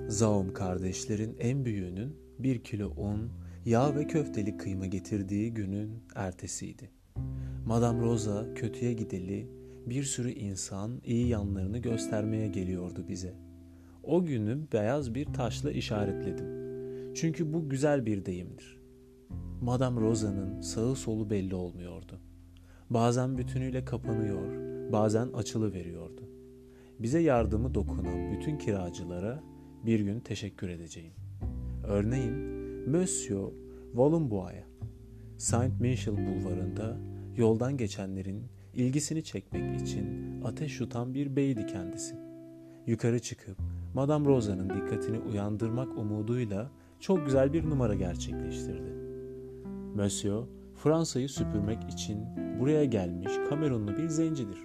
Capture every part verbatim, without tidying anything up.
Zaum kardeşlerin en büyüğünün bir kilo un, yağ ve köfteli kıyma getirdiği günün ertesiydi. Madame Rosa kötüye gideli bir sürü insan iyi yanlarını göstermeye geliyordu bize. O günü beyaz bir taşla işaretledim. Çünkü bu güzel bir deyimdir. Madame Rosa'nın sağı solu belli olmuyordu. Bazen bütünüyle kapanıyor, bazen açılıveriyordu. Bize yardımı dokunan bütün kiracılara bir gün teşekkür edeceğim. Örneğin Monsieur Volumboa'ya. Saint Michel bulvarında yoldan geçenlerin ilgisini çekmek için ateş yutan bir beydi kendisi. Yukarı çıkıp Madame Rosa'nın dikkatini uyandırmak umuduyla çok güzel bir numara gerçekleştirdi. Monsieur, Fransa'yı süpürmek için buraya gelmiş Kamerunlu bir zencidir.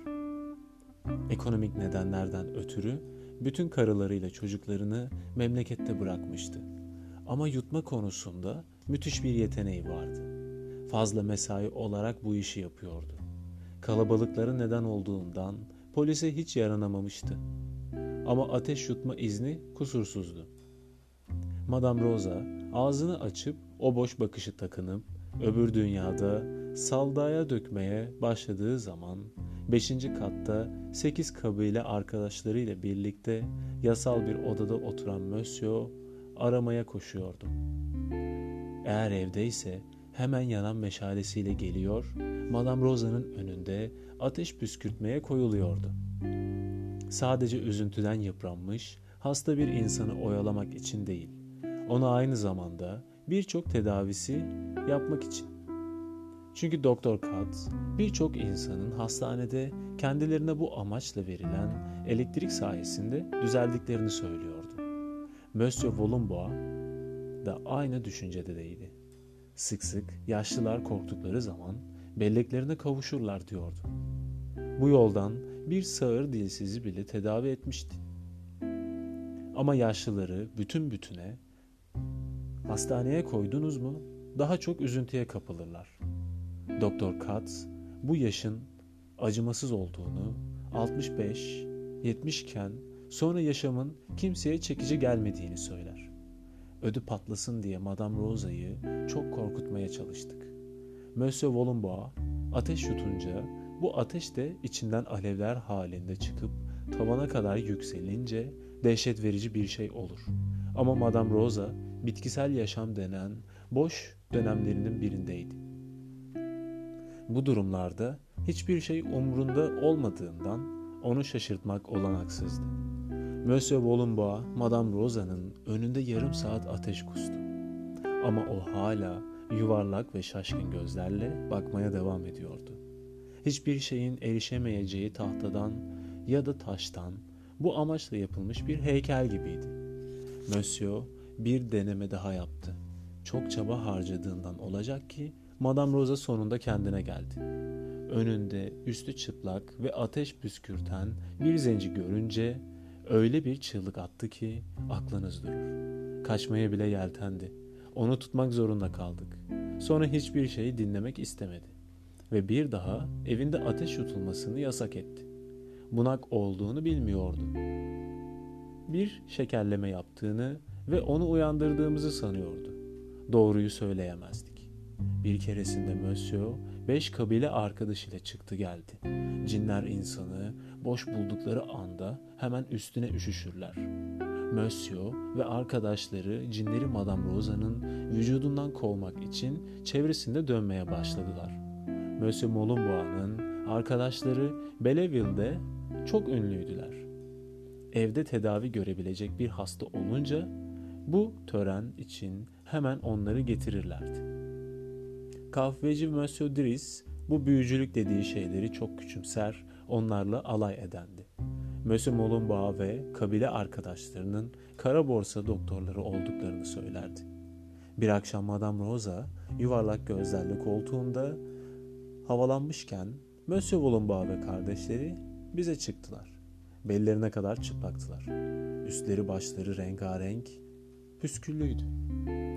Ekonomik nedenlerden ötürü bütün karılarıyla çocuklarını memlekette bırakmıştı. Ama yutma konusunda müthiş bir yeteneği vardı. Fazla mesai olarak bu işi yapıyordu. Kalabalıkların neden olduğundan polise hiç yaranamamıştı. Ama ateş yutma izni kusursuzdu. Madame Rosa ağzını açıp o boş bakışı takınıp öbür dünyada saldaya dökmeye başladığı zaman beşinci katta sekiz kabile arkadaşlarıyla birlikte yasal bir odada oturan Monsieur aramaya koşuyordu. Eğer evdeyse hemen yanan meşalesiyle geliyor, Madame Rosa'nın önünde ateş püskürtmeye koyuluyordu. Sadece üzüntüden yıpranmış, hasta bir insanı oyalamak için değil, ona aynı zamanda birçok tedavisi yapmak için. Çünkü Doktor Katz birçok insanın hastanede kendilerine bu amaçla verilen elektrik sayesinde düzeldiklerini söylüyordu. Monsieur Volumboa da aynı düşüncedeydi. Sık sık yaşlılar korktukları zaman belleklerine kavuşurlar diyordu. Bu yoldan bir sağır dilsizi bile tedavi etmişti. Ama yaşlıları bütün bütüne hastaneye koydunuz mu daha çok üzüntüye kapılırlar. Doktor Katz bu yaşın acımasız olduğunu, altmış beş yetmiş iken sonra yaşamın kimseye çekici gelmediğini söyler. Ödü patlasın diye Madame Rosa'yı çok korkutmaya çalıştık. Monsieur Volumboa ateş yutunca bu ateş de içinden alevler halinde çıkıp tavana kadar yükselince dehşet verici bir şey olur. Ama Madame Rosa bitkisel yaşam denen boş dönemlerinin birindeydi. Bu durumlarda hiçbir şey umrunda olmadığından onu şaşırtmak olanaksızdı. Monsieur Volumboa, Madame Rosa'nın önünde yarım saat ateş kustu. Ama o hala yuvarlak ve şaşkın gözlerle bakmaya devam ediyordu. Hiçbir şeyin erişemeyeceği tahtadan ya da taştan bu amaçla yapılmış bir heykel gibiydi. Monsieur bir deneme daha yaptı. Çok çaba harcadığından olacak ki Madame Rosa sonunda kendine geldi. Önünde üstü çıplak ve ateş püskürten bir zenci görünce öyle bir çığlık attı ki aklınız durur. Kaçmaya bile yeltendi. Onu tutmak zorunda kaldık. Sonra hiçbir şeyi dinlemek istemedi. Ve bir daha evinde ateş yutulmasını yasak etti. Bunak olduğunu bilmiyordu. Bir şekerleme yaptığını ve onu uyandırdığımızı sanıyordu. Doğruyu söyleyemezdik. Bir keresinde Monsieur beş kabile arkadaşıyla çıktı geldi. Cinler insanı boş buldukları anda hemen üstüne üşüşürler. Monsieur ve arkadaşları cinleri Madame Rosa'nın vücudundan kovmak için çevresinde dönmeye başladılar. Monsieur Volumboa'nın arkadaşları Belleville'de çok ünlüydüler. Evde tedavi görebilecek bir hasta olunca bu tören için hemen onları getirirlerdi. Kahveci Monsieur Dries bu büyücülük dediği şeyleri çok küçümser, onlarla alay edendi. Monsieur Volumboa ve kabile arkadaşlarının kara borsa doktorları olduklarını söylerdi. Bir akşam Madame Rosa yuvarlak gözlerle koltuğunda havalanmışken Monsieur Volumboa ve kardeşleri bize çıktılar. Bellerine kadar çıplaktılar. Üstleri başları rengarenk, püsküllüydü.